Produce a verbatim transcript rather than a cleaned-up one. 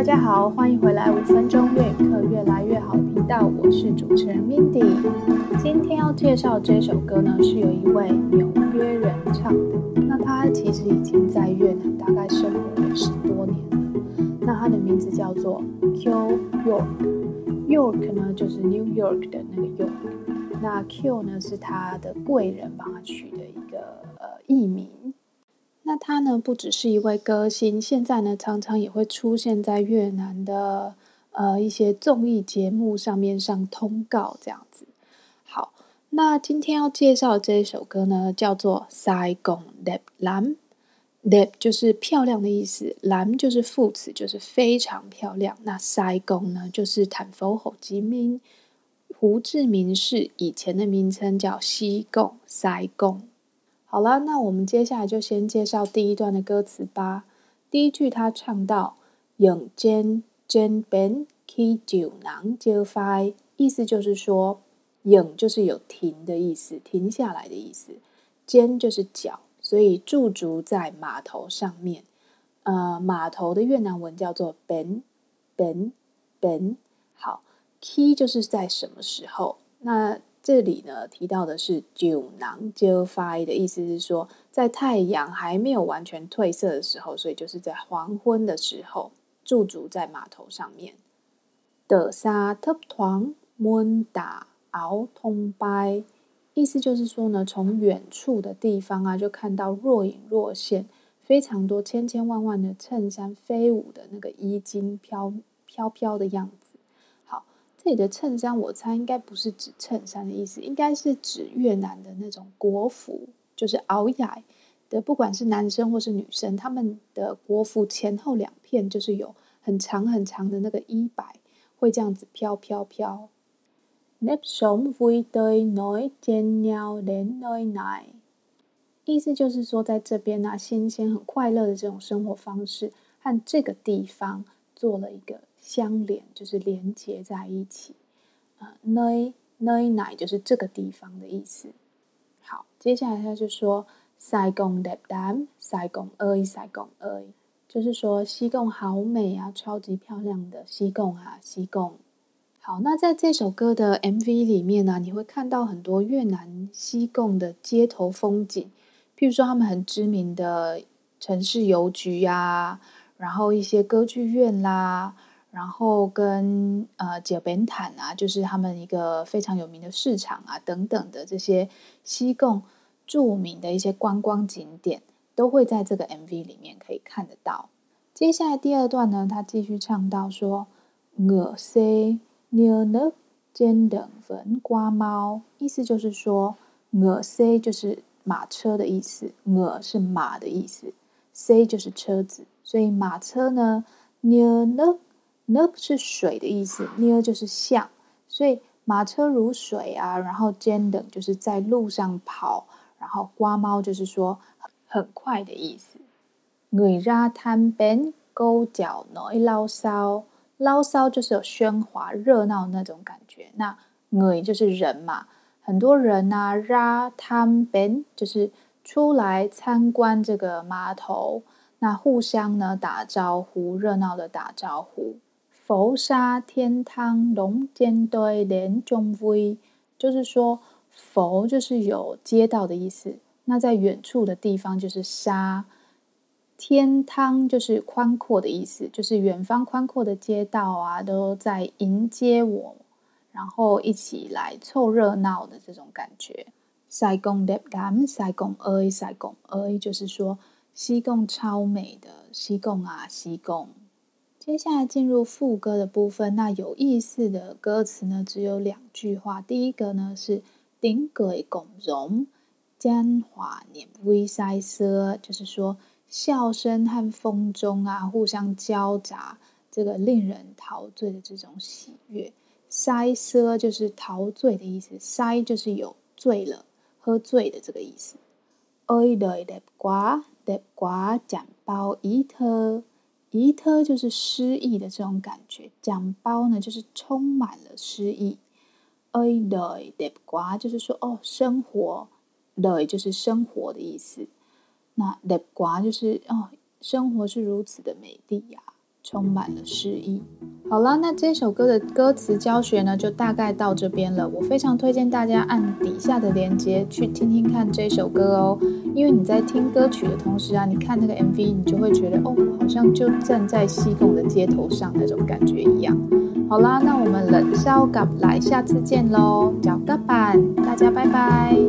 大家好，欢迎回来五分钟粤语课越来越好的频道，我是主持人 Mindy。今天要介绍这首歌呢，是由一位纽约人唱的。那他其实已经在越南大概生活了十多年了。那他的名字叫做 Q York，York 呢就是 New York 的那个 York。那 Q 呢是他的贵人帮他取的一个呃艺名。那他呢，不只是一位歌星，现在呢，常常也会出现在越南的呃一些综艺节目上面上通告这样子。好，那今天要介绍的这一首歌呢，叫做 Sài Gòn đẹp lắm。đẹp 就是漂亮的意思， lắm 就是副词，就是非常漂亮。那 Sài Gòn 呢，就是thành phố Hồ Chí Minh，胡志明市以前的名称叫西贡 Sài Gòn。好了，那我们接下来就先介绍第一段的歌词吧。第一句他唱到 Dừng trên trên bến khi chiều nắng chưa phai， 意思就是说 Dừng 就是有停的意思，停下来的意思， trên 就是脚，所以驻足在码头上面。呃，码头的越南文叫做 bến bến bến。好， khi 就是在什么时候，那这里呢提到的是chiều nắng chưa phai 的意思是说，在太阳还没有完全褪色的时候，所以就是在黄昏的时候，驻足在码头上面。Từ xa thấp thoáng muôn tà áo tung bay， 意思就是说呢，从远处的地方啊，就看到若隐若现，非常多千千万万的衬衫飞舞的那个衣襟飘飘飘的样子。这里的衬衫我猜应该不是指衬衫的意思，应该是指越南的那种国服，就是áo dài的，不管是男生或是女生，他们的国服前后两片就是有很长很长的那个衣摆，会这样子飘飘飘。Nếp sống vui tươi nối chen nhau đến nơi này， 意思就是说在这边啊，新鲜很快乐的这种生活方式和这个地方做了一个相连，就是连结在一起。呃nơi nơi này就是这个地方的意思。好，接下来他就说 Sài Gòn đẹp lắm Sài Gòn ơi Sài Gòn ơi， 就是说西贡好美啊，超级漂亮的西贡啊，西贡。好，那在这首歌的 M V 里面呢、啊，你会看到很多越南西贡的街头风景，譬如说他们很知名的城市邮局啊，然后一些歌剧院啦，然后跟呃解本坦啊，就是他们一个非常有名的市场啊等等的这些西贡著名的一些观光景点，都会在这个 M V 里面可以看得到。接下来第二段呢，他继续唱到说 Ngựa xe nhờ nước trên đường vẫn qua mau， 意思就是说 Ngựa xe 就是马车的意思， Ngựa 是马的意思， xe 就是车子，所以马车呢 nhờ nước nước 是水的意思， nhờ 就是像，所以马车如水啊，然后 trên đường 就是在路上跑，然后qua mau 就是说很快的意思。Người ra thăm bến câu chào nói lao sao， lao sao 就是有喧哗热闹那种感觉，那 người 就是人嘛，很多人啊 ra thăm bến 就是出来参观这个码头，那互相呢打招呼，热闹的打招呼。佛沙天汤龙间堆连中vui，就是说佛就是有街道的意思，那在远处的地方就是沙，天汤就是宽阔的意思，就是远方宽阔的街道啊，都在迎接我，然后一起来凑热闹的这种感觉。Sài Gòn đẹp lắm Sài Gòn ơi Sài Gòn ơi， 就是说西贡超美的，西贡啊西贡。接下来进入副歌的部分，那有意思的歌词呢只有两句话。第一个呢是tiếng cười cộng rộn chan hòa niềm vui say sưa， 就是说笑声和风中啊互相交杂，这个令人陶醉的这种喜悦。say sưa 就是陶醉的意思， say 就是有醉了，喝醉的这个意思。Ôi đời đẹp quá đẹp quá chẳng bao ý thơ，ý thơ 就是诗意的这种感觉，讲包呢就是充满了诗意。Ôi đời đẹp quá 就是说哦生活， đời 就是生活的意思，那đẹp quá 就是哦生活是如此的美丽呀、啊。 充满了诗意。好啦，那这首歌的歌词教学呢就大概到这边了。我非常推荐大家按底下的连结去听听看这首歌哦，因为你在听歌曲的同时啊，你看那个 M V 你就会觉得哦，好像就站在西贡的街头上那种感觉一样。好啦，那我们冷笑甲来下次见咯，脚甲板，大家拜拜。